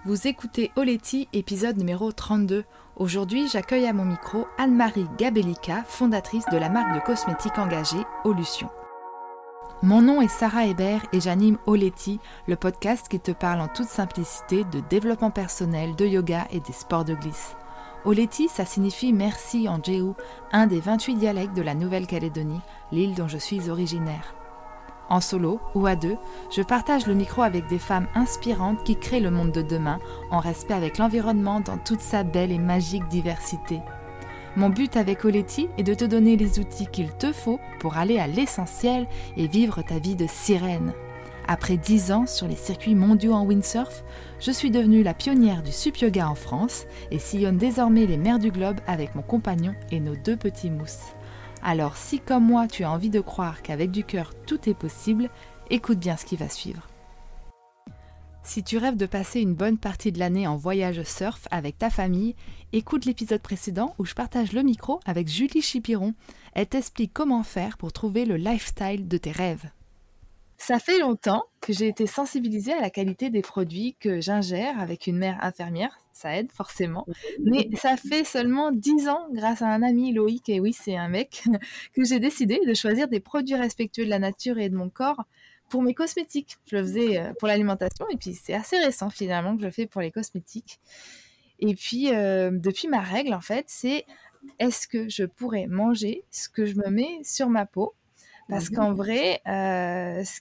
Vous écoutez Oleti, épisode numéro 32. Aujourd'hui, j'accueille à mon micro Anne-Marie Gabellica, fondatrice de la marque de cosmétiques engagée Olution. Mon nom est Sarah Hébert et j'anime Oleti, le podcast qui te parle en toute simplicité de développement personnel, de yoga et des sports de glisse. Oleti, ça signifie merci en djéou, un des 28 dialectes de la Nouvelle-Calédonie, l'île dont je suis originaire. En solo ou à deux, je partage le micro avec des femmes inspirantes qui créent le monde de demain en respect avec l'environnement dans toute sa belle et magique diversité. Mon but avec Oleti est de te donner les outils qu'il te faut pour aller à l'essentiel et vivre ta vie de sirène. Après 10 ans sur les circuits mondiaux en windsurf, je suis devenue la pionnière du sup yoga en France et sillonne désormais les mers du globe avec mon compagnon et nos 2 petits mousses. Alors si comme moi tu as envie de croire qu'avec du cœur tout est possible, écoute bien ce qui va suivre. Si tu rêves de passer une bonne partie de l'année en voyage surf avec ta famille, écoute l'épisode précédent où je partage le micro avec Julie Chipiron. Elle t'explique comment faire pour trouver le lifestyle de tes rêves. Ça fait longtemps que j'ai été sensibilisée à la qualité des produits que j'ingère avec une mère infirmière, ça aide forcément, mais ça fait seulement 10 ans, grâce à un ami Loïc, et oui c'est un mec, que j'ai décidé de choisir des produits respectueux de la nature et de mon corps pour mes cosmétiques. Je le faisais pour l'alimentation et puis c'est assez récent finalement que je le fais pour les cosmétiques. Et puis depuis ma règle en fait, c'est est-ce que je pourrais manger ce que je me mets sur ma peau ? Parce qu'en vrai, ce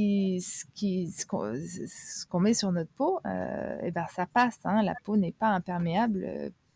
qu'on met sur notre peau, ça passe. Hein, la peau n'est pas imperméable.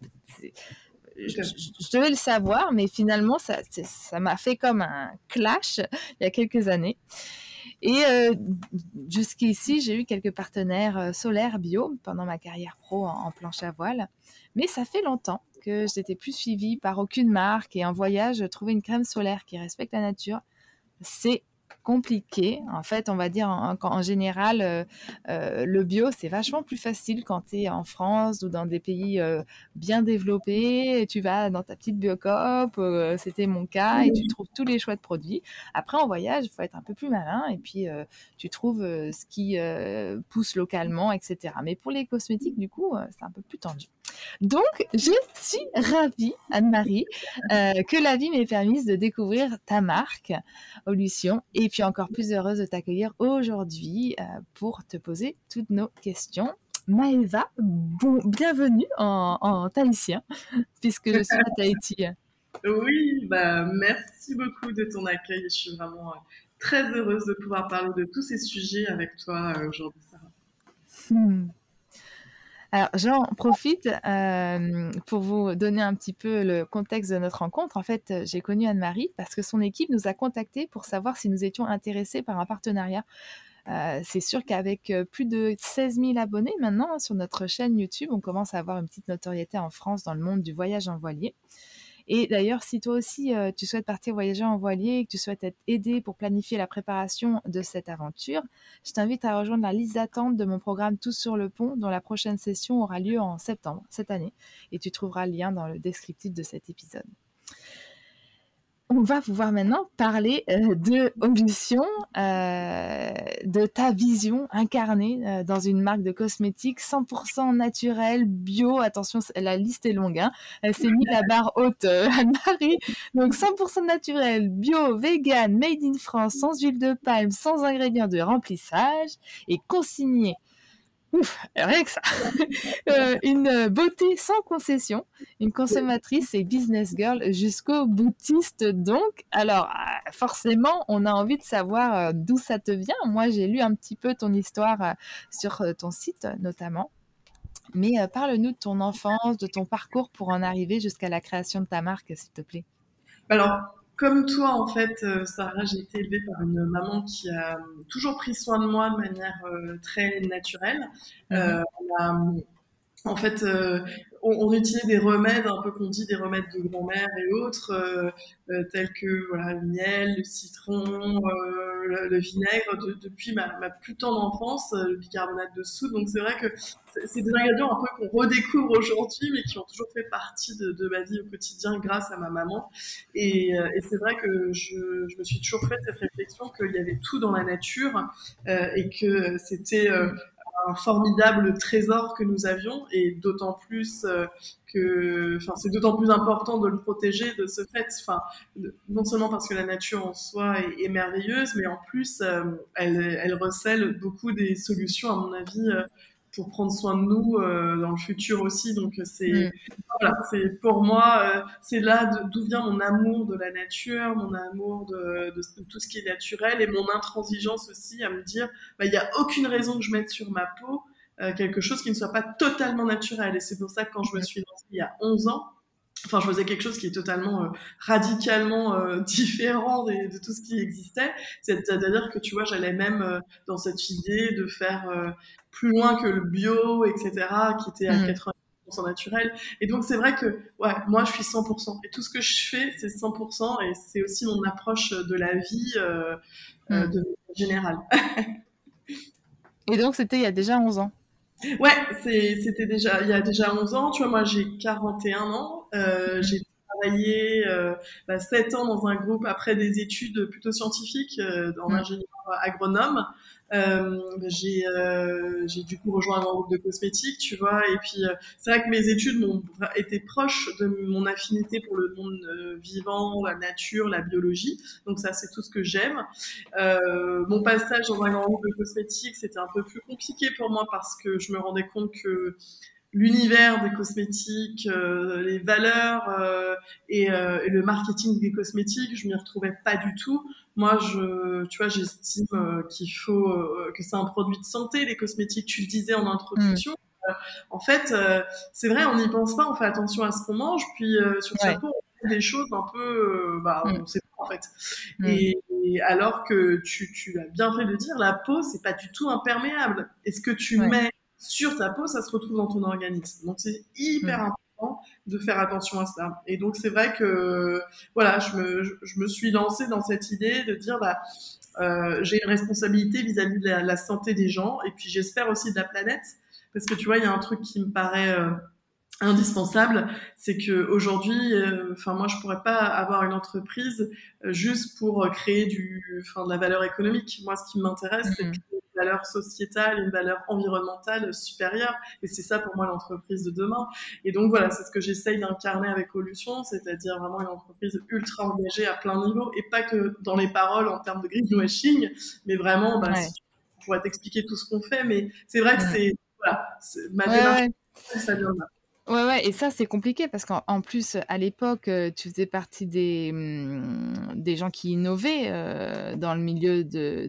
Je devais le savoir, mais finalement, ça m'a fait comme un clash il y a quelques années. Et jusqu'ici, j'ai eu quelques partenaires solaires bio pendant ma carrière pro en planche à voile. Mais ça fait longtemps que je n'étais plus suivie par aucune marque. Et en voyage, trouver une crème solaire qui respecte la nature, c'est compliqué. En fait, on va dire en général, le bio, c'est vachement plus facile quand tu es en France ou dans des pays bien développés. Tu vas dans ta petite biocoop, c'était mon cas, et tu trouves tous les choix de produits. Après, en voyage, il faut être un peu plus malin et puis tu trouves ce qui pousse localement, etc. Mais pour les cosmétiques, du coup, c'est un peu plus tendu. Donc, je suis ravie, Anne-Marie, que la vie m'ait permise de découvrir ta marque, Olution, et puis encore plus heureuse de t'accueillir aujourd'hui pour te poser toutes nos questions. Maëva, bienvenue en tahitien, puisque je suis à Tahiti. Oui, merci beaucoup de ton accueil. Je suis vraiment très heureuse de pouvoir parler de tous ces sujets avec toi aujourd'hui, Sarah. Alors, j'en profite pour vous donner un petit peu le contexte de notre rencontre. En fait, j'ai connu Anne-Marie parce que son équipe nous a contactés pour savoir si nous étions intéressés par un partenariat. C'est sûr qu'avec plus de 16 000 abonnés maintenant sur notre chaîne YouTube, on commence à avoir une petite notoriété en France dans le monde du voyage en voilier. Et d'ailleurs, si toi aussi, tu souhaites partir voyager en voilier et que tu souhaites être aidé pour planifier la préparation de cette aventure, je t'invite à rejoindre la liste d'attente de mon programme Tous sur le pont, dont la prochaine session aura lieu en septembre cette année. Et tu trouveras le lien dans le descriptif de cet épisode. On va pouvoir maintenant parler de Olution, de ta vision incarnée dans une marque de cosmétiques 100% naturelle, bio. Attention, la liste est longue. Hein. Elle s'est mis la barre haute, Anne-Marie. Donc 100% naturel, bio, vegan, made in France, sans huile de palme, sans ingrédients de remplissage et consigné. Ouf, rien que ça. Une beauté sans concession, une consommatrice et business girl jusqu'au boutiste donc. Alors, forcément, on a envie de savoir d'où ça te vient. Moi, j'ai lu un petit peu ton histoire sur ton site notamment. Mais parle-nous de ton enfance, de ton parcours pour en arriver jusqu'à la création de ta marque, s'il te plaît. Alors, comme toi, en fait, Sarah, j'ai été élevée par une maman qui a toujours pris soin de moi de manière très naturelle. On a, en fait, on utilisait des remèdes, un peu qu'on dit des remèdes de grand-mère et autres, tels que voilà, le miel, le citron, le vinaigre, depuis ma plus tendre enfance, le bicarbonate de soude. Donc c'est vrai que c'est des ingrédients un peu qu'on redécouvre aujourd'hui, mais qui ont toujours fait partie de ma vie au quotidien grâce à ma maman. Et c'est vrai que je me suis toujours fait cette réflexion qu'il y avait tout dans la nature et que c'était un formidable trésor que nous avions, et d'autant plus c'est d'autant plus important de le protéger de ce fait. Non seulement parce que la nature en soi est merveilleuse, mais en plus, elle recèle beaucoup des solutions, à mon avis, pour prendre soin de nous dans le futur aussi. Donc voilà, c'est pour moi, c'est là d'où vient mon amour de la nature, mon amour de tout ce qui est naturel, et mon intransigeance aussi à me dire, bah, il n'y a aucune raison que je mette sur ma peau quelque chose qui ne soit pas totalement naturel. Et c'est pour ça que quand je me suis lancée il y a 11 ans, je faisais quelque chose qui est totalement radicalement différent de tout ce qui existait. C'est-à-dire que, tu vois, j'allais même dans cette idée de faire plus loin que le bio, etc., qui était à 80% naturel. Et donc, c'est vrai que, ouais, moi, je suis 100%. Et tout ce que je fais, c'est 100%. Et c'est aussi mon approche de la vie de manière générale. Et donc, c'était il y a déjà 11 ans. Ouais, c'était déjà il y a déjà 11 ans. Tu vois, moi j'ai 41 ans. J'ai travaillé 7 ans dans un groupe après des études plutôt scientifiques en ingénieur agronome. J'ai du coup rejoint un grand groupe de cosmétiques, tu vois. Et puis c'est vrai que mes études m'ont été proches de mon affinité pour le monde vivant, la nature, la biologie. Donc ça, c'est tout ce que j'aime. Mon passage dans un grand groupe de cosmétiques, c'était un peu plus compliqué pour moi parce que je me rendais compte que l'univers des cosmétiques, les valeurs et le marketing des cosmétiques, je m'y retrouvais pas du tout. Moi, tu vois, j'estime qu'il faut que c'est un produit de santé, les cosmétiques. Tu le disais en introduction. En fait, c'est vrai, on n'y pense pas, on fait attention à ce qu'on mange, puis sur sa peau, on fait des choses un peu, on sait pas en fait. Et alors que tu as bien fait de dire, la peau, c'est pas du tout imperméable. Et ce que tu mets sur ta peau, ça se retrouve dans ton organisme. Donc c'est hyper important de faire attention à ça. Et donc c'est vrai que voilà, je me suis lancée dans cette idée de dire j'ai une responsabilité vis-à-vis de la santé des gens, et puis j'espère aussi de la planète, parce que tu vois, il y a un truc qui me paraît indispensable, c'est que aujourd'hui, moi je pourrais pas avoir une entreprise juste pour créer de la valeur économique. Moi, ce qui m'intéresse, c'est de créer une valeur sociétale, une valeur environnementale supérieure, et c'est ça pour moi l'entreprise de demain. Et donc voilà, c'est ce que j'essaye d'incarner avec Olution, c'est-à-dire vraiment une entreprise ultra engagée à plein niveau, et pas que dans les paroles en termes de greenwashing, mais vraiment, si je pourrais t'expliquer tout ce qu'on fait, mais c'est vrai que c'est ma démarche, ça vient de là. Ouais, et ça, c'est compliqué parce qu'en plus, à l'époque, tu faisais partie des gens qui innovaient dans le milieu de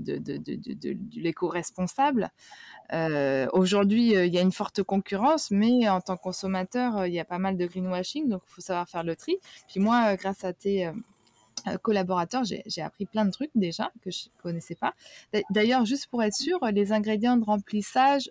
l'éco-responsable. Aujourd'hui, il y a une forte concurrence, mais en tant que consommateur, il y a pas mal de greenwashing, donc il faut savoir faire le tri. Puis moi, grâce à tes collaborateurs, j'ai appris plein de trucs déjà que je connaissais pas. D'ailleurs, juste pour être sûre, les ingrédients de remplissage,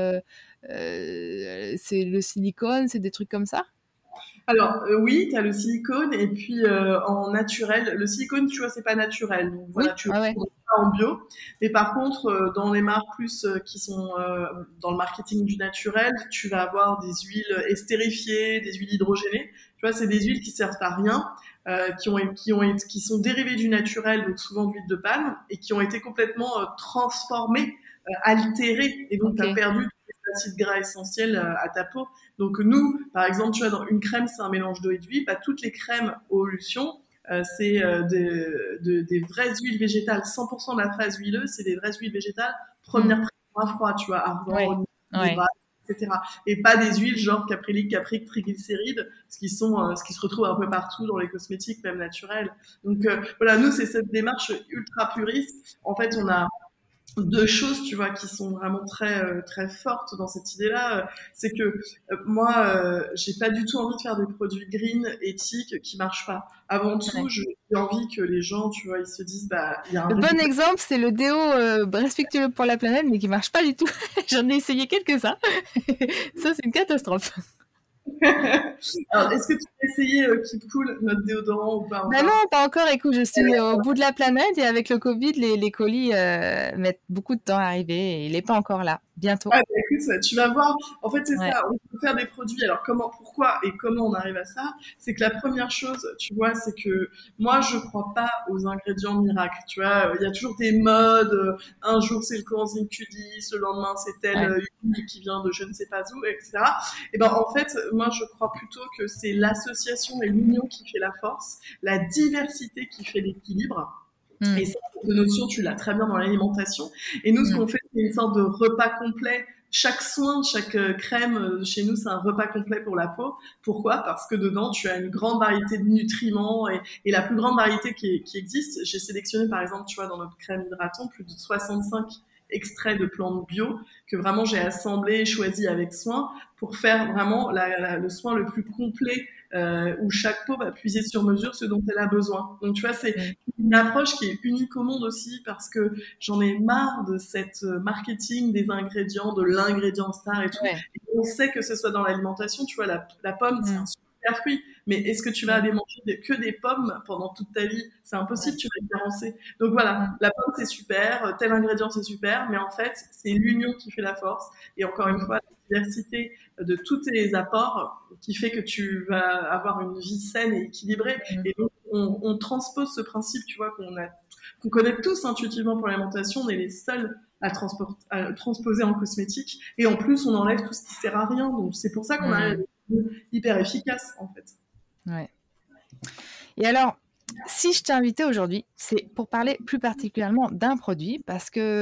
c'est le silicone, c'est des trucs comme ça? Alors oui, tu as le silicone, et puis en naturel, le silicone, tu vois, c'est pas naturel. Donc voilà, tu le trouves pas en bio. Mais par contre, dans les marques plus qui sont dans le marketing du naturel, tu vas avoir des huiles estérifiées, des huiles hydrogénées. Tu vois, c'est des huiles qui servent à rien, qui sont dérivées du naturel, donc souvent d'huile de palme, et qui ont été complètement transformées, altérées, et donc tu as perdu tous les acides gras essentiels à ta peau. Donc nous, par exemple, tu vois, dans une crème, c'est un mélange d'eau et d'huile. Toutes les crèmes Olution, c'est des vraies huiles végétales. 100% de la phase huileuse, c'est des vraies huiles végétales. Première pression à froid, tu vois, argan, etc. Et pas des huiles genre caprylique, caprique, triglycérides, ce qui se retrouve un peu partout dans les cosmétiques, même naturels. Donc voilà, nous, c'est cette démarche ultra puriste. En fait, on a deux choses, tu vois, qui sont vraiment très très fortes dans cette idée-là. C'est que moi, j'ai pas du tout envie de faire des produits green, éthiques, qui marchent pas. Avant tout, j'ai envie que les gens, tu vois, ils se disent, il y a un Le bon exemple, c'est le déo respectueux pour la planète, mais qui marche pas du tout. J'en ai essayé quelques-uns. Ça, c'est une catastrophe. Alors, est-ce que tu as essayé Keep Cool, notre déodorant, ou pas encore? Non, pas encore. Écoute, je suis au bout de la planète, et avec le Covid, les colis mettent beaucoup de temps à arriver, et il n'est pas encore là. bientôt. Ouais, bah, écoute, tu vas voir. En fait, c'est Ouais. ça. On peut faire des produits. Alors, pourquoi et comment on arrive à ça? C'est que la première chose, tu vois, c'est que moi, je crois pas aux ingrédients miracles. Tu vois, il y a toujours des modes. Un jour, c'est le coenzyme Q10, le lendemain, c'est telle Ouais. huile qui vient de je ne sais pas où, etc. Et ben, en fait, moi, je crois plutôt que c'est l'association et l'union qui fait la force, la diversité qui fait l'équilibre. Et Mm. cette notion, tu l'as très bien dans l'alimentation. Et nous, ce Mm. qu'on fait, c'est une sorte de repas complet. Chaque soin, chaque crème chez nous, c'est un repas complet pour la peau. Pourquoi? Parce que dedans, tu as une grande variété de nutriments et la plus grande variété qui existe. J'ai sélectionné, par exemple, tu vois, dans notre crème hydratante, plus de 65 extraits de plantes bio que vraiment j'ai assemblés et choisis avec soin pour faire vraiment le soin le plus complet où chaque peau va puiser sur mesure ce dont elle a besoin. Donc tu vois, c'est Mm. une approche qui est unique au monde aussi parce que j'en ai marre de cette marketing des ingrédients, de l'ingrédient star et tout. Ouais. Et on sait que ce soit dans l'alimentation, tu vois, la pomme, c'est un Mm. super fruit. Mais est-ce que tu vas Mm. aller manger que des pommes pendant toute ta vie? C'est Ouais. impossible, tu vas être carencé. Donc voilà, Mm. la pomme c'est super, tel ingrédient c'est super, mais en fait c'est l'union qui fait la force. Et encore une Mm. fois, la diversité de tous tes apports qui fait que tu vas avoir une vie saine et équilibrée. Mm. Et donc on transpose ce principe, tu vois, qu'on connaît tous intuitivement pour l'alimentation. On est les seuls à le transposer en cosmétique. Et en plus, on enlève tout ce qui sert à rien. Donc c'est pour ça qu'on arrive à Mm. des produits hyper efficaces en fait. Ouais. Et alors, si je t'ai invité aujourd'hui, c'est pour parler plus particulièrement d'un produit, parce que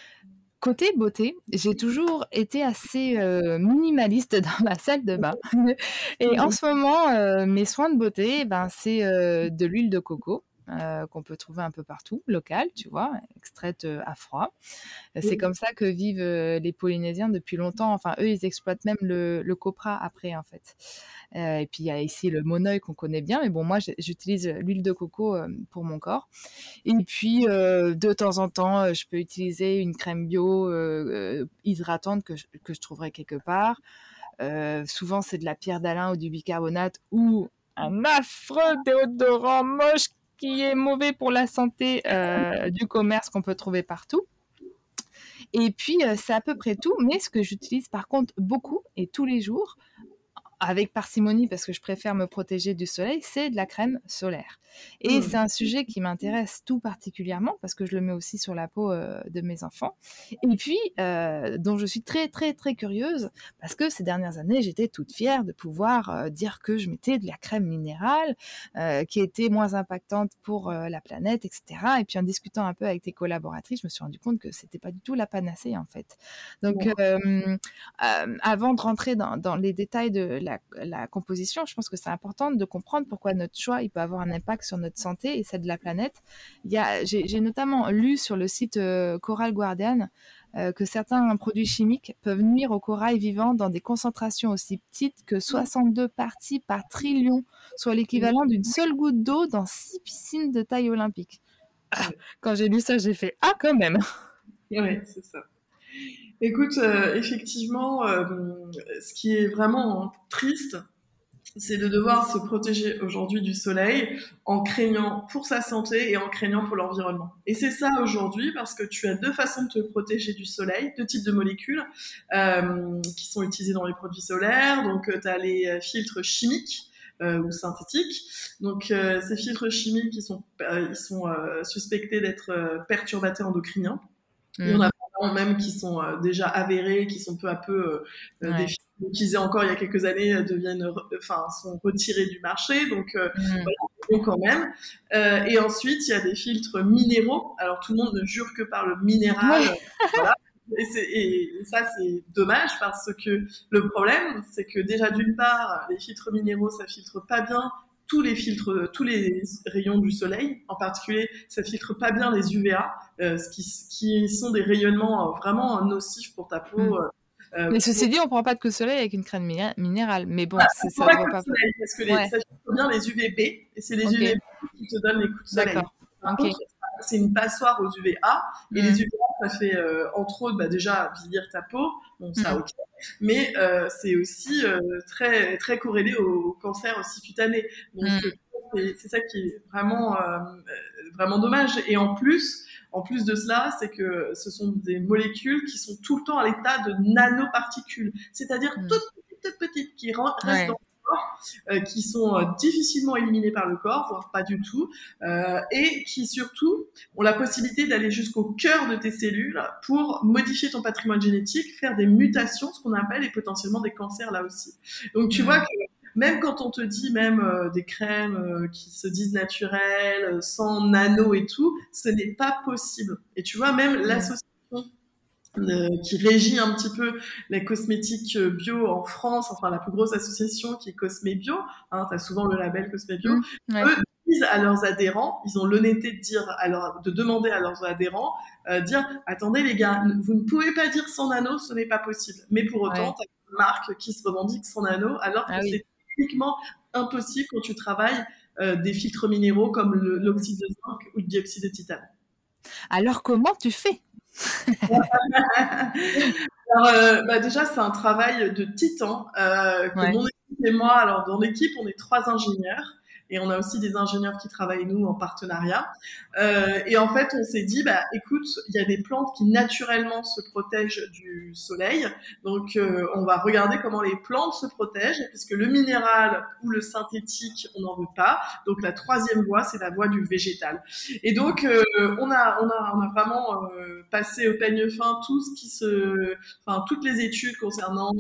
côté beauté, j'ai toujours été assez minimaliste dans ma salle de bain. Et en ce moment, mes soins de beauté, ben, c'est de l'huile de coco. Qu'on peut trouver un peu partout, locale, tu vois, extraite à froid. C'est comme ça que vivent les Polynésiens depuis longtemps. Enfin, eux, ils exploitent même le copra après, en fait. Et puis, il y a ici le monoeil qu'on connaît bien. Mais bon, moi, j'utilise l'huile de coco pour mon corps. Et puis, de temps en temps, je peux utiliser une crème bio hydratante que je trouverai quelque part. Souvent, c'est de la pierre d'Alain ou du bicarbonate ou un affreux déodorant moche qui est mauvais pour la santé du commerce qu'on peut trouver partout. Et puis, c'est à peu près tout. Mais ce que j'utilise par contre beaucoup et tous les jours, avec parcimonie parce que je préfère me protéger du soleil, c'est de la crème solaire. Et c'est un sujet qui m'intéresse tout particulièrement parce que je le mets aussi sur la peau de mes enfants. Et puis, dont je suis très, très, très curieuse parce que ces dernières années, j'étais toute fière de pouvoir dire que je mettais de la crème minérale qui était moins impactante pour la planète, etc. Et puis, en discutant un peu avec tes collaboratrices, je me suis rendu compte que c'était pas du tout la panacée, en fait. Donc, avant de rentrer dans les détails de la composition, je pense que c'est important de comprendre pourquoi notre choix il peut avoir un impact sur notre santé et celle de la planète. J'ai notamment lu sur le site Coral Guardian que certains produits chimiques peuvent nuire au corail vivant dans des concentrations aussi petites que 62 parties par trillion, soit l'équivalent d'une seule goutte d'eau dans 6 piscines de taille olympique. Quand j'ai lu ça, j'ai fait « Ah, quand même !» Ouais, c'est ça. Écoute, effectivement, ce qui est vraiment triste, c'est de devoir se protéger aujourd'hui du soleil en craignant pour sa santé et en craignant pour l'environnement. Et c'est ça aujourd'hui parce que tu as deux façons de te protéger du soleil, deux types de molécules qui sont utilisées dans les produits solaires. Donc tu as les filtres chimiques ou synthétiques. Donc ces filtres chimiques ils sont suspectés d'être perturbateurs endocriniens. Il y en Mmh. a même qui sont déjà avérés, qui sont peu à peu des Ouais. films utilisés encore il y a quelques années sont retirés du marché. Donc Mmh. voilà, bon quand même. Et ensuite il y a des filtres minéraux. Alors tout le monde ne jure que par le minéral. Ouais. Voilà. Et ça c'est dommage parce que le problème c'est que déjà d'une part les filtres minéraux ça filtre pas bien tous les rayons du soleil, en particulier, ça filtre pas bien les UVA, qui sont des rayonnements vraiment nocifs pour ta Mmh. peau. Mais Pour... ceci dit, on prend pas de que soleil avec une crème minérale. Mais bon, Faut ça pas se que voit le pas. soleil, parce que Ouais, ça filtre bien les UVB, et c'est les ok, UVB qui te donnent les coups de soleil. d'accord. Par Ok. contre, c'est une passoire aux UVA, et les Hmm, UVA, ça fait entre autres déjà vieillir ta peau, bon ça hmm, ok, mais c'est aussi très très corrélé au cancer aussi cutané. Donc hmm. c'est ça qui est vraiment dommage. Et en plus de cela, c'est que ce sont des molécules qui sont tout le temps à l'état de nanoparticules, c'est-à-dire toutes petites qui restent dans le corps, qui sont difficilement éliminées par le corps, voire pas du tout, et qui surtout ont la possibilité d'aller jusqu'au cœur de tes cellules pour modifier ton patrimoine génétique, faire des mutations, ce qu'on appelle, et potentiellement des cancers là aussi. Donc tu vois que même quand on te dit même des crèmes qui se disent naturelles, sans nano et tout, ce n'est pas possible. Et tu vois, même l'association qui régit un petit peu les cosmétiques bio en France, enfin la plus grosse association qui est Cosmé Bio, hein, tu as souvent le label Cosmé Bio, eux disent à leurs adhérents, ils ont l'honnêteté de dire de demander à leurs adhérents, dire attendez les gars, vous ne pouvez pas dire sans nano, ce n'est pas possible. Mais pour autant, tu as une marque qui se revendique sans nano, alors que c'est techniquement impossible quand tu travailles des filtres minéraux comme l'oxyde de zinc ou le dioxyde de titane. Alors comment tu fais? Alors, déjà, c'est un travail de titan que mon équipe et moi, alors dans l'équipe, on est 3 ingénieurs et on a aussi des ingénieurs qui travaillent, nous, en partenariat. Et en fait, on s'est dit, écoute, il y a des plantes qui naturellement se protègent du soleil. Donc, on va regarder comment les plantes se protègent, puisque le minéral ou le synthétique, on n'en veut pas. Donc, la troisième voie, c'est la voie du végétal. Et donc, on a vraiment passé au peigne fin tout ce qui toutes les études concernant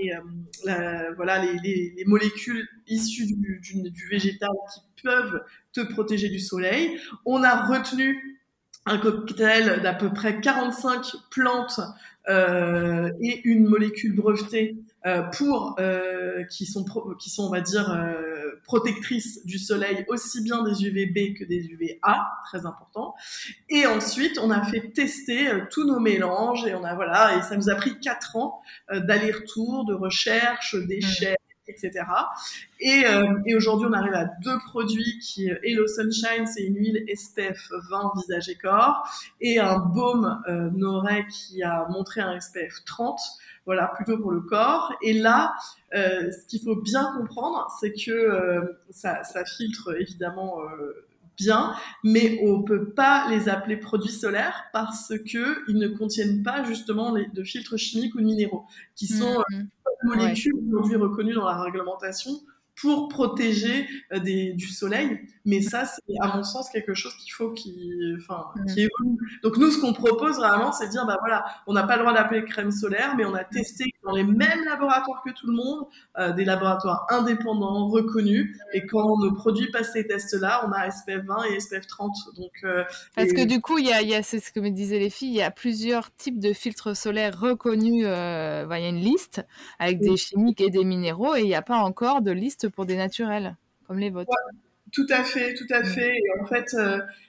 les molécules issues du végétal qui peuvent te protéger du soleil. On a retenu un cocktail d'à peu près 45 plantes et une molécule brevetée qui sont on va dire protectrices du soleil, aussi bien des UVB que des UVA, très important. Et ensuite, on a fait tester tous nos mélanges et et ça nous a pris 4 ans d'aller-retour, de recherche, d'échecs, etc. Et aujourd'hui, on arrive à 2 produits qui Hello Sunshine, c'est une huile SPF 20 visage et corps, et un baume Noré qui a montré un SPF 30, voilà, plutôt pour le corps. Et là, ce qu'il faut bien comprendre, c'est que ça filtre évidemment bien, mais on peut pas les appeler produits solaires parce que ils ne contiennent pas justement de filtres chimiques ou de minéraux, qui sont molécules aujourd'hui reconnues dans la réglementation pour protéger du soleil. Mais ça, c'est à mon sens quelque chose qu'il faut qui évolue. Donc nous, ce qu'on propose vraiment, c'est de dire, on n'a pas le droit d'appeler crème solaire, mais on a testé dans les mêmes laboratoires que tout le monde, des laboratoires indépendants, reconnus, et quand nos produits passent ces tests-là, on a SPF 20 et SPF 30. Donc, parce que du coup, c'est ce que me disaient les filles, il y a plusieurs types de filtres solaires reconnus, il y a une liste avec des chimiques et des minéraux, et il n'y a pas encore de liste pour des naturels, comme les vôtres. Ouais, tout à fait. Et en fait,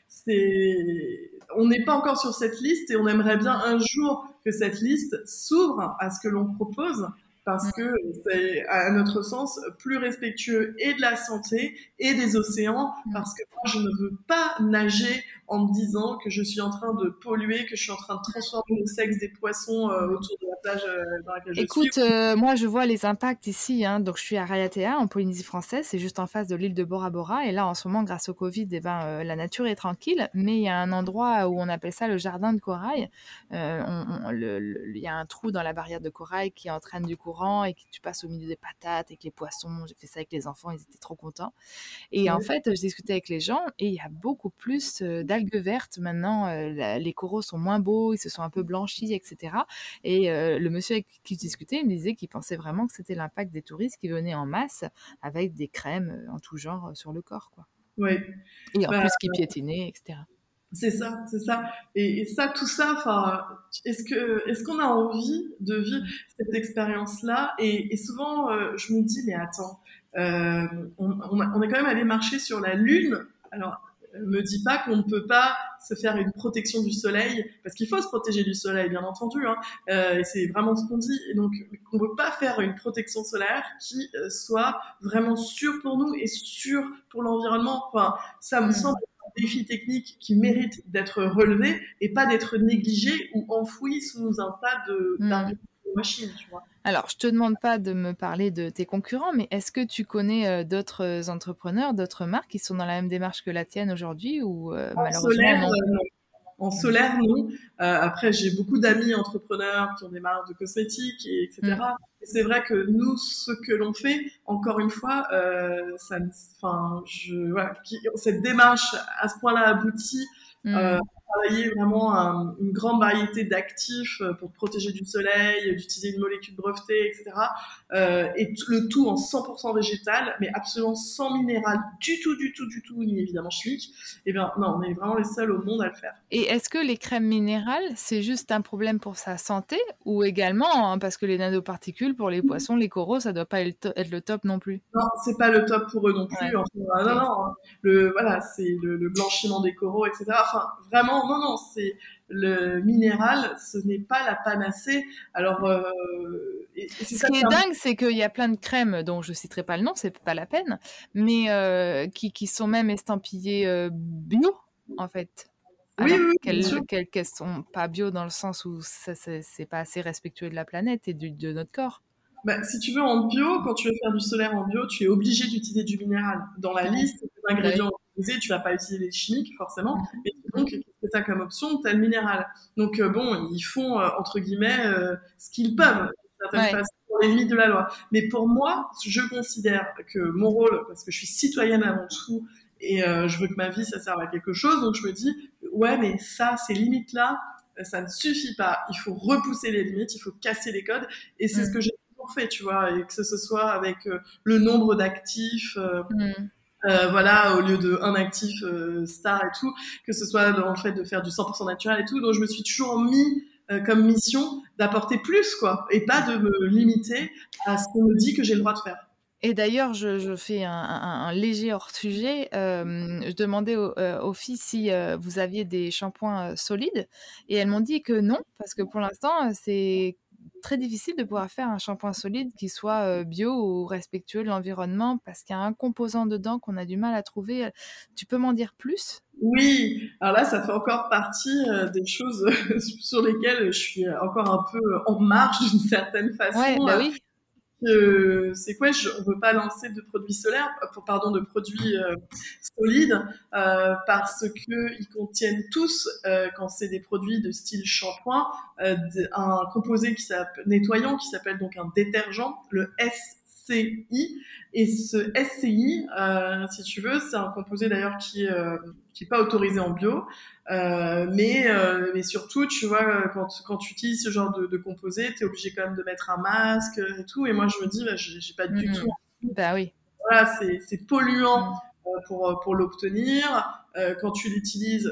on n'est pas encore sur cette liste et on aimerait bien un jour que cette liste s'ouvre à ce que l'on propose, parce que c'est, à notre sens, plus respectueux et de la santé et des océans, parce que moi, je ne veux pas nager en me disant que je suis en train de polluer, que je suis en train de transformer le sexe des poissons autour de la plage dans laquelle je suis. Écoute, moi je vois les impacts ici, hein. Donc je suis à Raiatea, en Polynésie française, c'est juste en face de l'île de Bora Bora, et là en ce moment grâce au Covid, la nature est tranquille, mais il y a un endroit où on appelle ça le jardin de corail. Il y a un trou dans la barrière de corail qui entraîne du courant et que tu passes au milieu des patates avec les poissons. J'ai fait ça avec les enfants, ils étaient trop contents. Et en fait, je discutais avec les gens et il y a beaucoup plus d'algues vertes maintenant. Les coraux sont moins beaux, ils se sont un peu blanchis, etc. Et le monsieur avec qui je discutais, il me disait qu'il pensait vraiment que c'était l'impact des touristes qui venaient en masse avec des crèmes en tout genre sur le corps, quoi. Oui. Et en plus qui piétinaient, etc. C'est ça. Et ça, tout ça, est-ce qu'on a envie de vivre cette expérience-là? Et souvent, je me dis, mais attends, on est quand même allé marcher sur la Lune. Alors, me dis pas qu'on ne peut pas se faire une protection du soleil, parce qu'il faut se protéger du soleil, bien entendu, hein, et c'est vraiment ce qu'on dit. Et donc, on ne peut pas faire une protection solaire qui soit vraiment sûre pour nous et sûre pour l'environnement. Enfin, ça me semble un défi technique qui mérite d'être relevé et pas d'être négligé ou enfoui sous un tas d'arguments machine, tu vois. Alors, je te demande pas de me parler de tes concurrents, mais est-ce que tu connais d'autres entrepreneurs, d'autres marques qui sont dans la même démarche que la tienne aujourd'hui ou En malheureusement solaire, non? non. En solaire, non. Après, j'ai beaucoup d'amis entrepreneurs qui ont des marques de cosmétiques, etc. Mm. Et c'est vrai que nous, ce que l'on fait, encore une fois, enfin, cette démarche à ce point-là aboutie, Mm. travailler vraiment une grande variété d'actifs pour te protéger du soleil, d'utiliser une molécule brevetée, etc. Et le tout en 100% végétal, mais absolument sans minéral du tout, ni évidemment chimique. Eh bien, non, on est vraiment les seuls au monde à le faire. Et est-ce que les crèmes minérales, c'est juste un problème pour sa santé ou également parce que les nanoparticules pour les poissons, les coraux, ça doit pas être le top non plus? Non, c'est pas le top pour eux non plus. Ouais, Enfin, ok. non, non, hein. Voilà, c'est le blanchiment des coraux, etc. Enfin, vraiment, non, non, c'est le minéral, ce n'est pas la panacée. Alors, et c'est Ce ça qui qui est est un dingue, c'est qu'il y a plein de crèmes dont je citerai pas le nom, c'est pas la peine, mais qui sont même estampillées bio, en fait. Oui, Alors oui, oui, bien sûr. qu'elles sont pas bio dans le sens où c'est pas assez respectueux de la planète et de notre corps. Bah, si tu veux, en bio, quand tu veux faire du solaire en bio, tu es obligé d'utiliser du minéral. Dans la Ouais. liste des Bah oui. ingrédients utilisés, tu vas pas utiliser les chimiques, forcément. Mm. Et donc, qu'est-ce que tu as comme option? Tu as le minéral. Donc, bon, ils font, entre guillemets, ce qu'ils peuvent, d'une certaine Ouais. façon, pour les limites de la loi. Mais pour moi, je considère que mon rôle, parce que je suis citoyenne avant tout, et je veux que ma vie, ça serve à quelque chose, donc je me dis, ouais, mais ça, ces limites-là, ça ne suffit pas. Il faut repousser les limites, il faut casser les codes. Et c'est ce que Mm. j'ai fait, tu vois, et que ce soit avec le nombre d'actifs, Mm. voilà, au lieu de un actif star et tout, que ce soit dans le fait de faire du 100% naturel et tout. Donc je me suis toujours mis comme mission d'apporter plus, quoi, et pas de me limiter à ce qu'on me dit que j'ai le droit de faire. Et d'ailleurs, je fais un léger hors-sujet. Je demandais aux filles si vous aviez des shampoings solides et elles m'ont dit que non, parce que pour l'instant, c'est très difficile de pouvoir faire un shampoing solide qui soit bio ou respectueux de l'environnement parce qu'il y a un composant dedans qu'on a du mal à trouver. Tu peux m'en dire plus? Oui, alors là, ça fait encore partie des choses sur lesquelles je suis encore un peu en marge d'une certaine Ouais, façon. bah oui. C'est quoi, on veut pas lancer de produits solaires, pardon, de produits solides, parce que ils contiennent tous, quand c'est des produits de style shampoing, un composé nettoyant qui s'appelle donc un détergent, le SCI. Et ce SCI, si tu veux, c'est un composé d'ailleurs qui est pas autorisé en bio. Mais surtout, tu vois, quand tu utilises ce genre de composé, tu es obligé quand même de mettre un masque et tout. Et moi, je me dis, bah, j'ai pas du tout. Mhm. Bah oui. Voilà, c'est polluant Mm. pour l'obtenir. Quand tu l'utilises,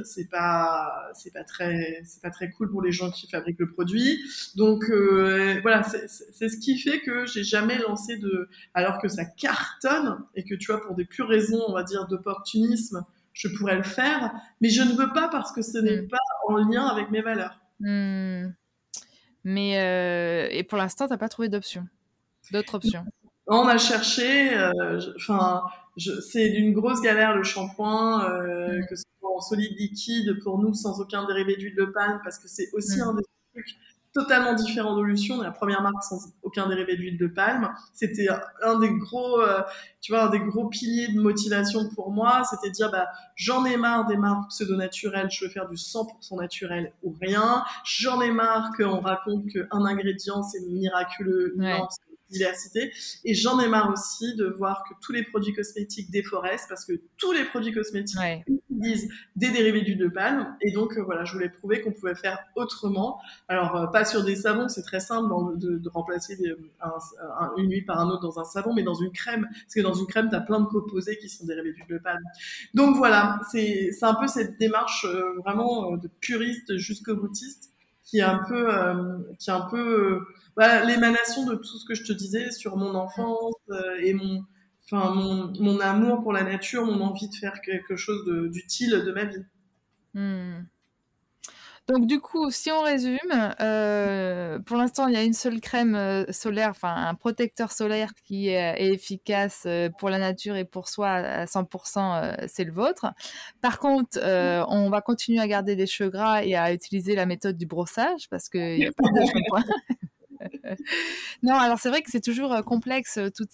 c'est pas très cool pour les gens qui fabriquent le produit. Donc voilà, c'est ce qui fait que j'ai jamais lancé alors que ça cartonne et que tu vois, pour des pures raisons, on va dire, d'opportunisme, je pourrais le faire, mais je ne veux pas parce que ce n'est Mm. pas en lien avec mes valeurs. Mm. Mais et pour l'instant, t'as pas trouvé d'autres options. On a cherché, enfin, c'est d'une grosse galère le shampoing, Mm. que ce soit en solide liquide pour nous sans aucun dérivé d'huile de palme, parce que c'est aussi un Mm. des trucs totalement différents d'Olution. On est la première marque sans aucun dérivé d'huile de palme. C'était un des gros, tu vois, un des gros piliers de motivation pour moi, c'était de dire, bah, j'en ai marre des marques pseudo-naturelles, je veux faire du 100% naturel ou rien. J'en ai marre qu'on raconte qu'un ingrédient c'est miraculeux. Non, Ouais. c'est diversité. Et j'en ai marre aussi de voir que tous les produits cosmétiques déforestent parce que tous les produits cosmétiques Ouais. utilisent des dérivés d'huile de palme. Et donc, voilà, je voulais prouver qu'on pouvait faire autrement. Alors, pas sur des savons, c'est très simple de remplacer une huile par un autre dans un savon, mais dans une crème. Parce que dans une crème, tu as plein de composés qui sont dérivés d'huile de palme. Donc voilà, c'est un peu cette démarche vraiment de puriste jusqu'au boutiste qui est un peu voilà, l'émanation de tout ce que je te disais sur mon enfance et mon amour pour la nature, mon envie de faire quelque chose d'utile de ma vie. Mm. Donc du coup, si on résume, pour l'instant, il y a une seule crème solaire, enfin un protecteur solaire qui est efficace pour la nature et pour soi à 100%, c'est le vôtre. Par contre, on va continuer à garder des cheveux gras et à utiliser la méthode du brossage parce qu'il n'y a pas de shampoing. Non, alors c'est vrai que c'est toujours complexe, toutes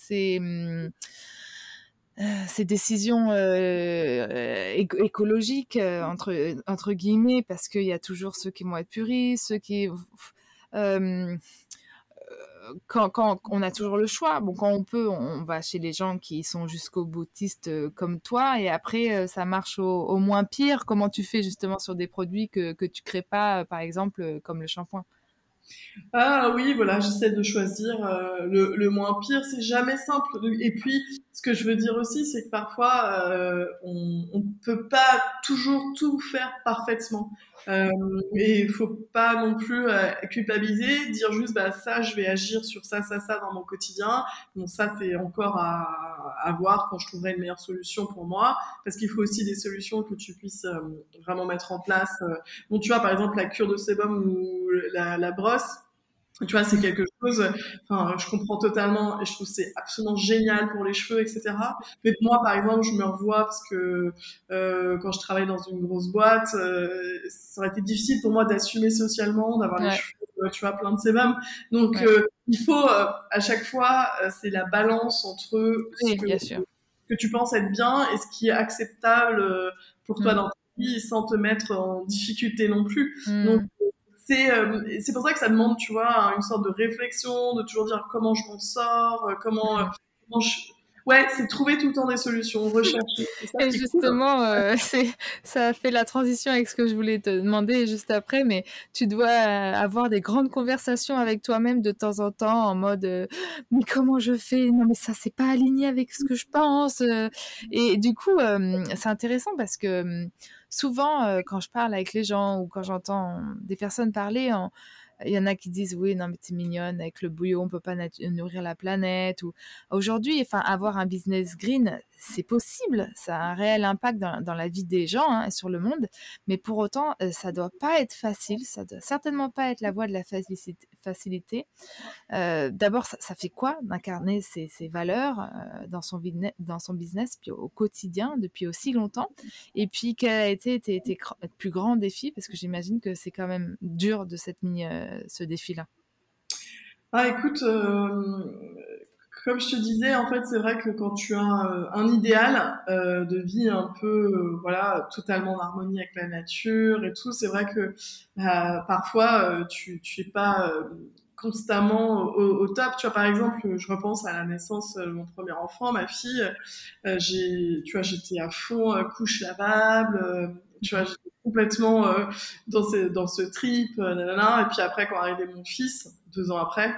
ces décisions écologiques, entre guillemets, parce qu'il y a toujours ceux qui vont être puristes, ceux qui... Euh, quand on a toujours le choix, bon, quand on peut, on va chez les gens qui sont jusqu'au boutistes comme toi, et après, ça marche au moins pire. Comment tu fais justement sur des produits que tu crées pas, par exemple, comme le shampoing? Ah oui, voilà, j'essaie de choisir le moins pire. C'est jamais simple. Et puis, ce que je veux dire aussi, c'est que parfois, on peut pas toujours tout faire parfaitement. Et il faut pas non plus culpabiliser, dire juste, bah ça, je vais agir sur ça dans mon quotidien. Bon, ça, c'est encore à voir quand je trouverai une meilleure solution pour moi, parce qu'il faut aussi des solutions que tu puisses vraiment mettre en place. Bon, tu vois, par exemple, la cure de sébum ou la brosse. Tu vois, c'est Mm. quelque chose, enfin, je comprends totalement et je trouve que c'est absolument génial pour les cheveux, etc. Mais moi, par exemple, je me revois parce que quand je travaillais dans une grosse boîte, ça aurait été difficile pour moi d'assumer socialement, d'avoir les Ouais, cheveux, tu vois, plein de sébum. Donc, ouais. il faut, à chaque fois, c'est la balance entre Oui, bien sûr. ce que tu penses être bien et ce qui est acceptable pour toi Mm. dans ta vie sans te mettre en difficulté non plus. Donc, Mm. c'est pour ça que ça demande, tu vois, une sorte de réflexion, de toujours dire comment je m'en sors, Mm. comment je... Ouais, c'est trouver tout le temps des solutions, rechercher. C'est ça Et qui est cool. justement, ça fait la transition avec ce que je voulais te demander juste après, mais tu dois avoir des grandes conversations avec toi-même de temps en temps en mode mais comment je fais? Non, mais ça, c'est pas aligné avec ce que je pense. Et du coup, c'est intéressant parce que souvent, quand je parle avec les gens ou quand j'entends des personnes parler, il y en a qui disent oui, non, mais t'es mignonne, avec le bouillon, on peut pas nourrir la planète. Ou aujourd'hui, enfin, avoir un business green, c'est possible, ça a un réel impact dans la vie des gens hein, et sur le monde, mais pour autant, ça doit pas être facile, ça doit certainement pas être la voie de la facilité. D'abord, ça fait quoi d'incarner ces valeurs dans son business puis au quotidien depuis aussi longtemps? Et puis, quel a été tes plus grands défis? Parce que j'imagine que c'est quand même dur de ce défi-là. Ah, écoute, comme je te disais, en fait, c'est vrai que quand tu as un idéal de vie un peu, voilà, totalement en harmonie avec la nature et tout, c'est vrai que parfois tu es pas constamment au top. Tu vois, par exemple, je repense à la naissance de mon premier enfant, ma fille. Tu vois, j'étais à fond couche lavable. Tu vois, j'étais complètement dans ce trip, nanana. Et puis après, quand arrivait mon fils, 2 ans après.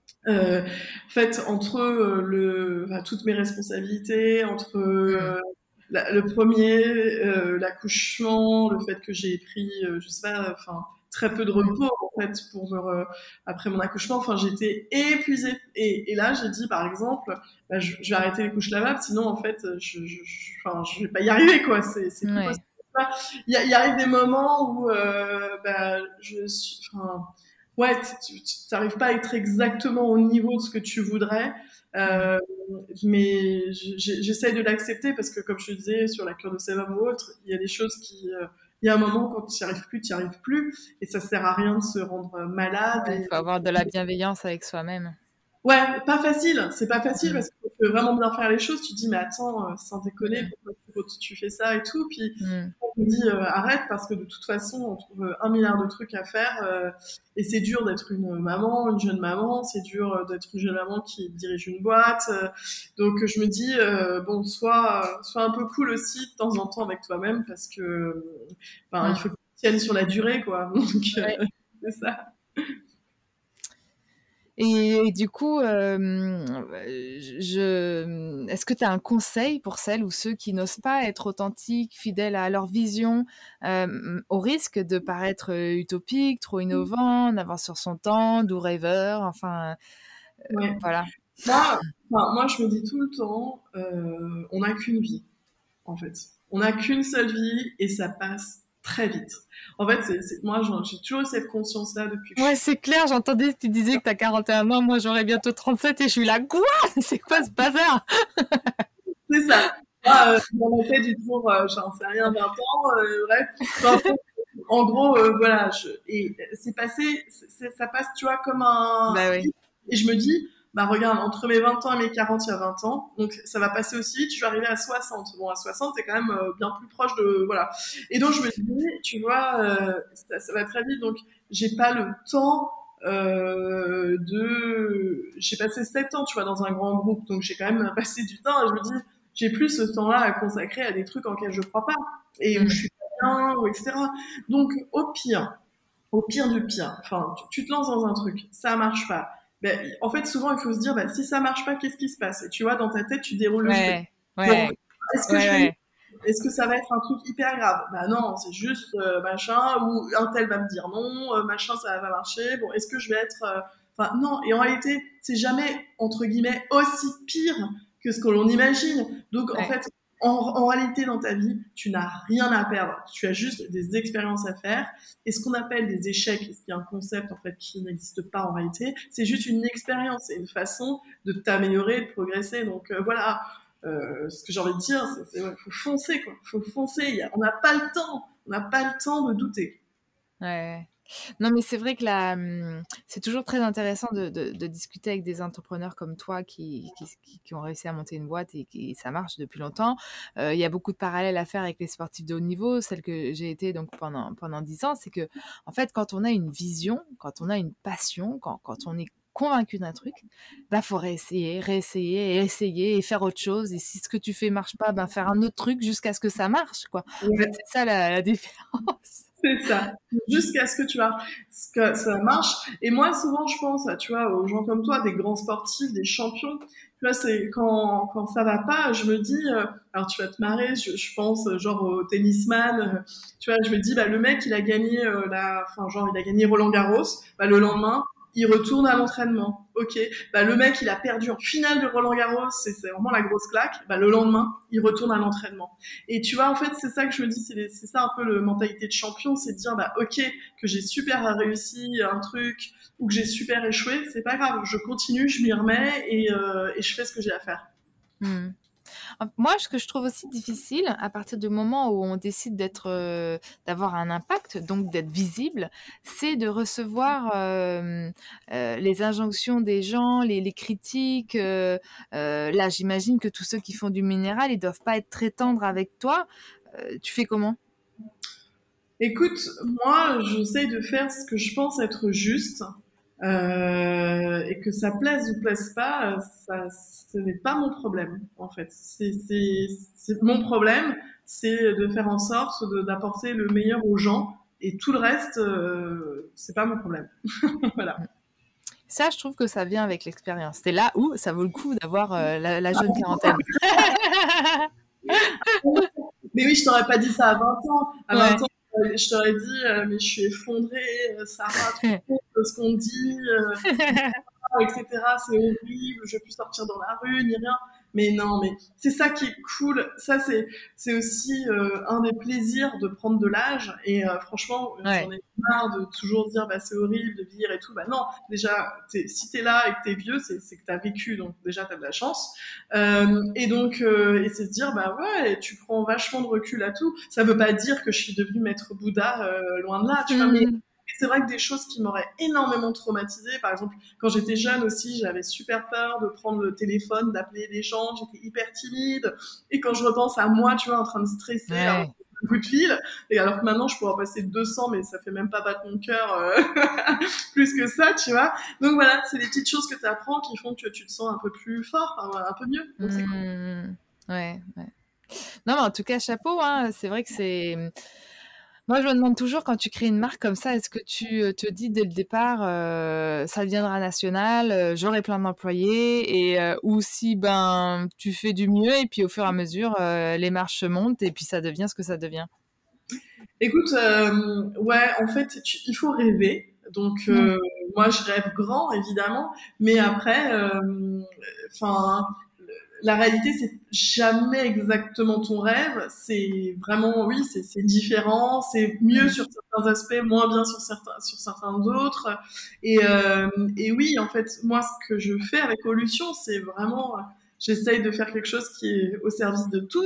En fait, entre enfin, toutes mes responsabilités, entre Mm. le premier, l'accouchement, le fait que j'ai pris, je sais pas, enfin très peu de Mm. repos en fait après mon accouchement. Enfin, j'étais épuisée. Et là, j'ai dit par exemple, bah, je vais arrêter les couches lavables, sinon en fait, enfin, je vais pas y arriver quoi. C'est plus possible. Ouais. Il arrive des moments où bah, enfin, ouais, tu n'arrives pas à être exactement au niveau de ce que tu voudrais, Mm. euh, mais j'essaye de l'accepter parce que, comme je te disais, sur la cure de sébum ou autre, il y a des choses il y a un moment quand tu n'y arrives plus, et ça sert à rien de se rendre malade. Ouais, il faut avoir de la bienveillance avec soi-même. Ouais, pas facile. C'est pas facile Mm. parce qu'il faut vraiment bien faire les choses. Tu te dis, mais attends, sans déconner, Mm. pourquoi tu fais ça et tout. Puis, Mm. on me dit, arrête parce que de toute façon, on trouve 1 milliard de trucs à faire. Et c'est dur d'être une maman, une jeune maman. C'est dur d'être une jeune maman qui dirige une boîte. Donc, je me dis, bon, sois un peu cool aussi de temps en temps avec toi-même parce que, il Mm. faut que tu tiennes sur la durée, quoi. Donc, Ouais. c'est ça. Et du coup, est-ce que tu as un conseil pour celles ou ceux qui n'osent pas être authentiques, fidèles à leur vision, au risque de paraître utopique, trop innovant, d'avance sur son temps, doux rêveur, enfin, Ouais. voilà. Moi, je me dis tout le temps, on n'a qu'une vie, en fait. On n'a qu'une seule vie et ça passe très vite. En fait, moi, j'ai toujours eu cette conscience-là depuis que je Ouais, suis... c'est clair, j'entendais que tu disais que tu as 41 ans, moi j'aurais bientôt 37 et je suis là, quoi? C'est quoi ce bazar? C'est ça. Moi, dans ma tête, j'ai toujours, j'en sais rien, 20 ans, bref, peu importe. en gros, voilà, et c'est passé, ça passe, tu vois, comme un, Bah oui. et je me dis, bah regarde, entre mes 20 ans et mes 40, il y a 20 ans, donc ça va passer aussi vite, je vais arriver à 60. Bon, à 60, c'est quand même bien plus proche de, voilà. Et donc je me dis, tu vois, ça va très vite, donc j'ai pas le temps j'ai passé 7 ans, tu vois, dans un grand groupe, donc j'ai quand même passé du temps, et je me dis, j'ai plus ce temps-là à consacrer à des trucs en lesquels je crois pas, et où je Mhm. suis pas bien, ou etc. Donc, au pire du pire, enfin, tu te lances dans un truc, ça marche pas. Ben, en fait, souvent, il faut se dire, bah, si ça marche pas, qu'est-ce qui se passe? Et tu vois, dans ta tête, tu déroules le truc. Ouais, Donc, ouais, est-ce que ouais, je vais, ouais. est-ce que ça va être un truc hyper grave? Bah non, c'est juste machin, ou un tel va me dire non, machin, ça va pas marcher. Bon, est-ce que je vais être, enfin non. Et en réalité, c'est jamais entre guillemets aussi pire que ce que l'on imagine. Donc, en Ouais. fait, en réalité, dans ta vie, tu n'as rien à perdre. Tu as juste des expériences à faire. Et ce qu'on appelle des échecs, ce qui est un concept en fait qui n'existe pas en réalité, c'est juste une expérience, c'est une façon de t'améliorer, de progresser. Donc voilà, ce que j'ai envie de dire, ouais, faut foncer quoi, faut foncer. On n'a pas le temps, on n'a pas le temps de douter. Ouais. Non, mais c'est vrai que là, c'est toujours très intéressant de discuter avec des entrepreneurs comme toi qui ont réussi à monter une boîte et qui ça marche depuis longtemps. Il y a beaucoup de parallèles à faire avec les sportifs de haut niveau, celle que j'ai été donc pendant 10 ans. C'est que, en fait, quand on a une vision, quand on a une passion, quand on est convaincu d'un truc, bah, faut réessayer et essayer et faire autre chose. Et si ce que tu fais marche pas, ben, faire un autre truc jusqu'à ce que ça marche, quoi. En fait, Ouais. c'est ça la différence. C'est ça. Jusqu'à ce que ce que ça marche. Et moi, souvent, je pense, tu vois, aux gens comme toi, des grands sportifs, des champions. Tu vois, c'est quand ça va pas, je me dis, alors tu vas te marrer, je pense, genre au tennisman, tu vois, je me dis, bah, le mec, il a gagné enfin, genre, il a gagné Roland Garros, bah, le lendemain, il retourne à l'entraînement. Ok. Bah, le mec, il a perdu en finale de Roland Garros, c'est vraiment la grosse claque. Bah, le lendemain, il retourne à l'entraînement. Et tu vois, en fait, c'est ça que je me dis, c'est ça un peu le mentalité de champion, c'est de dire, bah, ok, que j'ai super réussi un truc ou que j'ai super échoué, c'est pas grave, je continue, je m'y remets et je fais ce que j'ai à faire. Hmm. Moi, ce que je trouve aussi difficile, à partir du moment où on décide d'avoir un impact, donc d'être visible, c'est de recevoir les injonctions des gens, les critiques. Là, j'imagine que tous ceux qui font du minéral, ils doivent pas être très tendres avec toi. Tu fais comment? Écoute, moi, j'essaie de faire ce que je pense être juste, et que ça plaise ou plaise pas, ce n'est pas mon problème, en fait. C'est mon problème, c'est de faire en sorte d'apporter le meilleur aux gens, et tout le reste, c'est pas mon problème. Voilà. Ça, je trouve que ça vient avec l'expérience. C'est là où ça vaut le coup d'avoir la jeune quarantaine. Mais oui, je t'aurais pas dit ça à 20 ans. À 20 Ouais. ans, je t'aurais dit, mais je suis effondrée, Sarah, tu te rends compte de ce qu'on dit, etc. C'est horrible, je vais plus sortir dans la rue, ni rien. Mais non, mais c'est ça qui est cool. Ça, c'est aussi un des plaisirs de prendre de l'âge. Et franchement, j'en Ouais. ai marre de toujours dire, bah, c'est horrible de vieillir et tout. Bah non, déjà, si t'es là et que t'es vieux, c'est que t'as vécu, donc déjà t'as de la chance. Et donc, et c'est se dire, bah ouais, tu prends vachement de recul à tout. Ça veut pas dire que je suis devenue maître Bouddha, loin de là, tu vois, mais Mhm. c'est vrai que des choses qui m'auraient énormément traumatisée, par exemple, quand j'étais jeune aussi, j'avais super peur de prendre le téléphone, d'appeler les gens, j'étais hyper timide. Et quand je repense à moi, tu vois, en train de stresser, à Ouais. un coup de fil, et alors que maintenant je pourrais en passer 200, mais ça fait même pas battre mon cœur plus que ça, tu vois. Donc voilà, c'est des petites choses que tu apprends qui font que tu te sens un peu plus fort, un peu mieux. Donc c'est cool. Mhm. Ouais, ouais. Non, mais en tout cas, chapeau, hein. C'est vrai que c'est. Moi, je me demande toujours, quand tu crées une marque comme ça, est-ce que tu te dis dès le départ, ça deviendra national, j'aurai plein d'employés, ou si ben tu fais du mieux et puis au fur et à mesure, les marches montent et puis ça devient ce que ça devient. Écoute, ouais, en fait, il faut rêver. Donc, Mm. moi, je rêve grand, évidemment, mais après, enfin, la réalité, c'est jamais exactement ton rêve. C'est vraiment, oui, c'est différent, c'est mieux Mm. sur certains aspects, moins bien sur certains d'autres. Et, et oui, en fait, moi, ce que je fais avec Olution, c'est vraiment, j'essaye de faire quelque chose qui est au service de tous.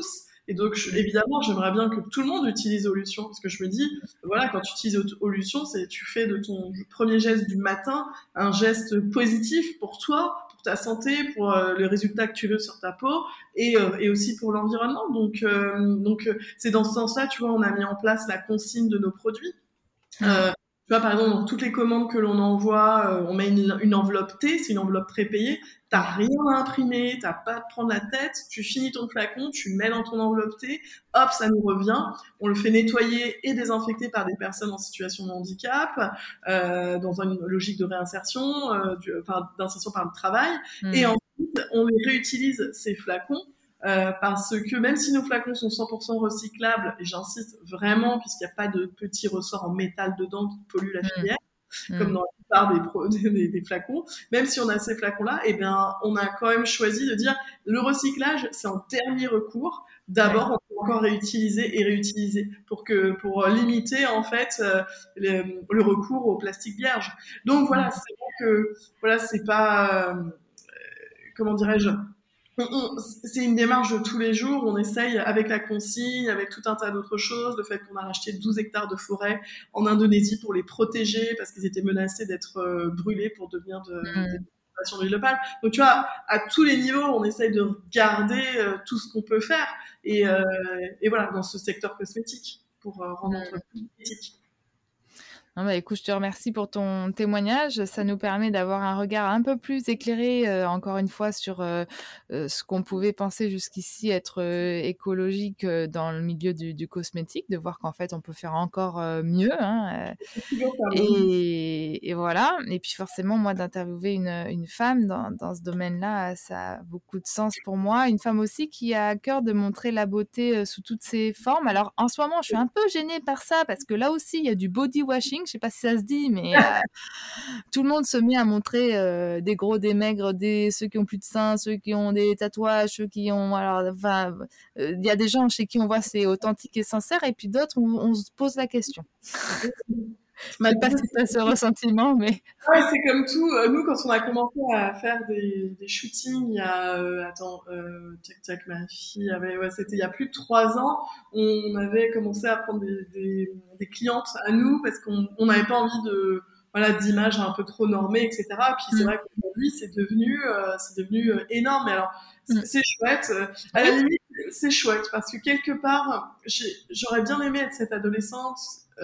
Et donc, évidemment, j'aimerais bien que tout le monde utilise Olution, parce que je me dis, voilà, quand tu utilises Olution, tu fais de ton premier geste du matin un geste positif pour toi, pour ta santé, pour le résultat que tu veux sur ta peau, et aussi pour l'environnement. Donc, c'est dans ce sens-là, tu vois, on a mis en place la consigne de nos produits. Tu vois, par exemple, dans toutes les commandes que l'on envoie, on met une enveloppe T, c'est une enveloppe prépayée. T'as rien à imprimer, t'as pas à te prendre la tête. Tu finis ton flacon, tu le mets dans ton enveloppe T, hop, ça nous revient. On le fait nettoyer et désinfecter par des personnes en situation de handicap, dans une logique de réinsertion, d'insertion par le travail. Et ensuite, on les réutilise, ces flacons, parce que même si nos flacons sont 100% recyclables, et j'insiste vraiment, puisqu'il n'y a pas de petits ressorts en métal dedans qui polluent la filière, comme dans la plupart des flacons, même si on a ces flacons-là, eh bien, on a quand même choisi de dire le recyclage, c'est en dernier recours. D'abord, on peut encore réutiliser et réutiliser pour limiter en fait le recours au plastique vierge. Donc voilà, c'est vrai que voilà, c'est pas comment dirais-je, c'est une démarche de tous les jours. On essaye avec la consigne, avec tout un tas d'autres choses. Le fait qu'on a racheté 12 hectares de forêt en Indonésie pour les protéger parce qu'ils étaient menacés d'être brûlés pour devenir des plantations d'huile de palme. Donc tu vois, à tous les niveaux, on essaye de garder tout ce qu'on peut faire. Et voilà, dans ce secteur cosmétique pour rendre l'entreprise éthique. Non, bah, écoute, je te remercie pour ton témoignage. Ça nous permet d'avoir un regard un peu plus éclairé, encore une fois, sur ce qu'on pouvait penser jusqu'ici être écologique dans le milieu du cosmétique, de voir qu'en fait, on peut faire encore mieux. Hein, et voilà. Et puis forcément, moi, d'interviewer une femme dans ce domaine-là, ça a beaucoup de sens pour moi. Une femme aussi qui a à cœur de montrer la beauté sous toutes ses formes. Alors, en ce moment, je suis un peu gênée par ça parce que là aussi, il y a du body washing. Je sais pas si ça se dit, mais tout le monde se met à montrer des gros, des maigres, ceux qui ont plus de seins, ceux qui ont des tatouages, ceux qui ont... Alors, enfin, y a des gens chez qui on voit c'est authentique et sincère, et puis d'autres, on se pose la question. Je sais pas si tu as ce ressentiment, mais... Ouais, c'est comme tout. Nous, quand on a commencé à faire des shootings, il y a, tac tac, ma fille avait, ouais, c'était il y a plus de 3 ans, on avait commencé à prendre des clientes à nous parce qu'on n'avait pas envie voilà, d'images un peu trop normées, etc. Puis c'est vrai qu'aujourd'hui, c'est devenu énorme. Mais alors, c'est chouette. À la limite, c'est chouette parce que quelque part, j'aurais bien aimé être cette adolescente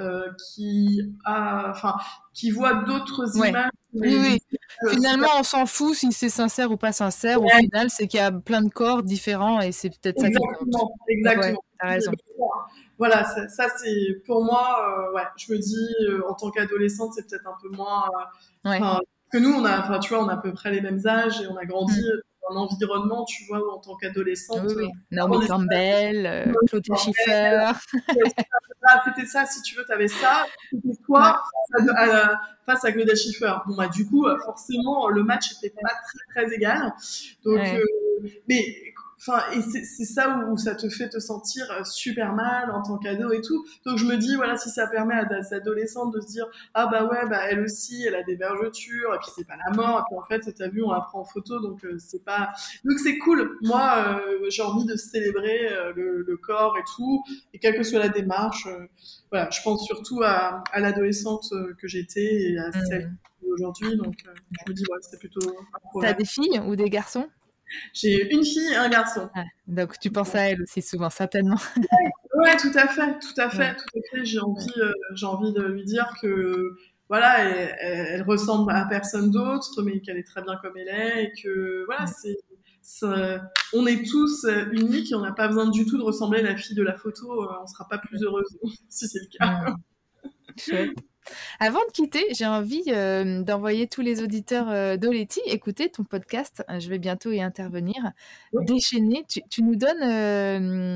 qui voit d'autres images. Oui. Finalement, on s'en fout si c'est sincère ou pas sincère. Au final, c'est qu'il y a plein de corps différents et c'est peut-être ça qui compte. Exactement. Ouais, t'as raison. Voilà, ça c'est pour moi. Ouais, je me dis en tant qu'adolescente, c'est peut-être un peu moins. Que nous, tu vois, on a à peu près les mêmes âges et on a grandi dans un environnement, tu vois, où en tant qu'adolescente. Oui. Naomi Campbell, Claudia Schiffer. C'était ça, si tu veux, t'avais ça. C'était toi face à Claudia Schiffer. Bon, bah, du coup, forcément, le match était pas très, très égal. Donc, mais, et c'est ça où ça te fait te sentir super mal en tant qu'ado et tout. Donc, je me dis, voilà, si ça permet à des adolescentes de se dire, ah, bah ouais, bah, elle aussi, elle a des vergetures, et puis c'est pas la mort, et puis en fait, t'as vu, on la prend en photo, donc c'est pas, donc c'est cool. Moi, j'ai envie de célébrer le corps et tout, et quelle que soit la démarche, voilà, je pense surtout à l'adolescente que j'étais et à celle aujourd'hui, donc je me dis, ouais, c'est plutôt un problème. T'as des filles ou des garçons? J'ai une fille et un garçon. Donc tu penses à elle aussi souvent, certainement. Ouais, tout à fait. J'ai envie de lui dire que voilà, elle ressemble à personne d'autre, mais qu'elle est très bien comme elle est, et que voilà, on est tous uniques et on n'a pas besoin du tout de ressembler à la fille de la photo. On sera pas plus heureuse si c'est le cas. Chouette. Avant de quitter, j'ai envie d'envoyer tous les auditeurs d'Oleti écouter ton podcast. Je vais bientôt y intervenir. Oui. Déchaîner, tu nous donnes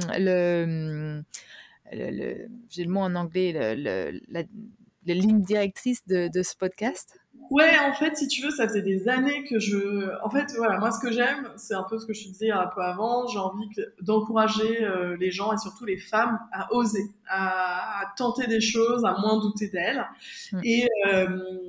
j'ai le mot en anglais, la ligne directrice de ce podcast? Ouais, en fait, si tu veux, ça faisait des années que en fait, voilà, moi, ce que j'aime, c'est un peu ce que je te disais un peu avant. J'ai envie d'encourager les gens et surtout les femmes à oser, à tenter des choses, à moins douter d'elles. Et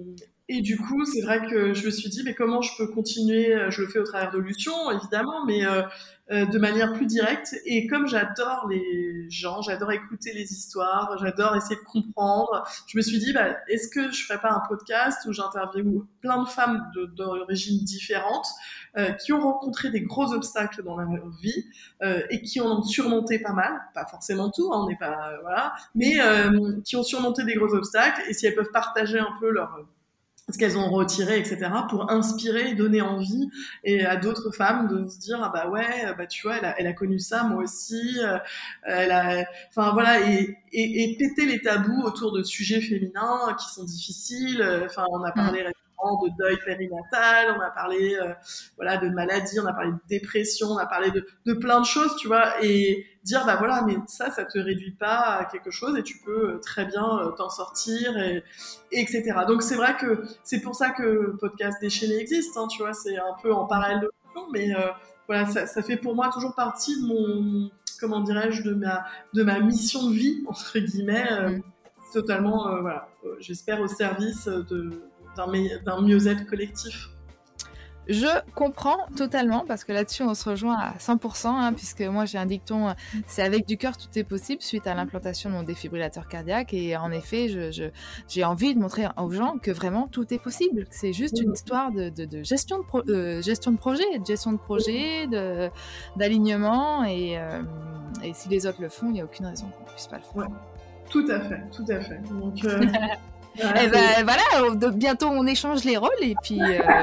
Et du coup, c'est vrai que je me suis dit, mais comment je peux continuer? Je le fais au travers de Lution, évidemment, mais de manière plus directe. Et comme j'adore les gens, j'adore écouter les histoires, j'adore essayer de comprendre, je me suis dit, bah, est-ce que je ferais pas un podcast où j'interviewe plein de femmes d'origines différentes qui ont rencontré des gros obstacles dans leur vie et qui en ont surmonté pas mal, pas forcément tout, hein, on n'est pas voilà, mais qui ont surmonté des gros obstacles et si elles peuvent partager un peu leur ce qu'elles ont retiré, etc., pour inspirer et donner envie et à d'autres femmes de se dire ah bah ouais, bah tu vois, elle a connu ça, moi aussi, enfin voilà, et péter les tabous autour de sujets féminins qui sont difficiles. Enfin, on a parlé récemment de deuil périnatal, on a parlé voilà de maladie, on a parlé de dépression, on a parlé de plein de choses, tu vois, et dire bah voilà, mais ça te réduit pas à quelque chose et tu peux très bien t'en sortir et etc. Donc c'est vrai que c'est pour ça que le podcast déchaîné existe, hein, tu vois, c'est un peu en parallèle de l'option, mais voilà, ça fait pour moi toujours partie de mon, comment dirais-je, de ma mission de vie, entre guillemets, totalement, voilà, j'espère au service d'un mieux-être collectif. Je comprends totalement parce que là-dessus on se rejoint à 100%, hein, puisque moi j'ai un dicton, c'est avec du cœur tout est possible suite à l'implantation de mon défibrillateur cardiaque et en effet j'ai envie de montrer aux gens que vraiment tout est possible, c'est juste une histoire de gestion de projet, d'alignement et si les autres le font, il n'y a aucune raison qu'on ne puisse pas le faire. Ouais. Tout à fait. Donc, et ben voilà, bientôt on échange les rôles et puis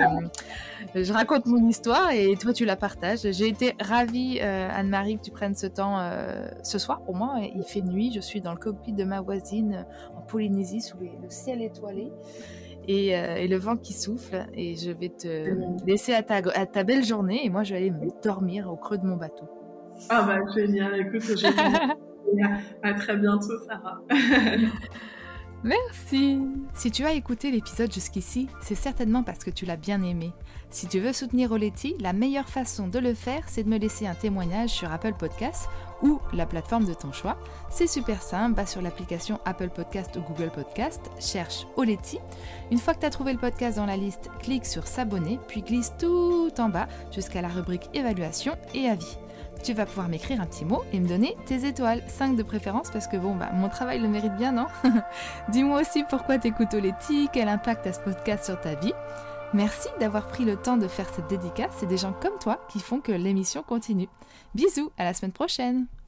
je raconte mon histoire et toi tu la partages. J'ai été ravie Anne-Marie que tu prennes ce temps ce soir pour moi. Il fait nuit, je suis dans le cockpit de ma voisine en Polynésie sous le ciel étoilé et le vent qui souffle et je vais te laisser à ta belle journée et moi je vais aller me dormir au creux de mon bateau. Ah bah génial, écoute, génial. À très bientôt Sarah. Merci. Si tu as écouté l'épisode jusqu'ici, c'est certainement parce que tu l'as bien aimé. Si tu veux soutenir Oleti, la meilleure façon de le faire, c'est de me laisser un témoignage sur Apple Podcasts ou la plateforme de ton choix. C'est super simple, va sur l'application Apple Podcast ou Google Podcast, cherche Oleti. Une fois que tu as trouvé le podcast dans la liste, clique sur s'abonner, puis glisse tout en bas jusqu'à la rubrique évaluation et avis. Tu vas pouvoir m'écrire un petit mot et me donner tes étoiles, 5 de préférence parce que bon, mon travail le mérite bien, non? Dis-moi aussi pourquoi t'écoutes Oleti, quel impact a ce podcast sur ta vie. Merci d'avoir pris le temps de faire cette dédicace, c'est des gens comme toi qui font que l'émission continue. Bisous, à la semaine prochaine!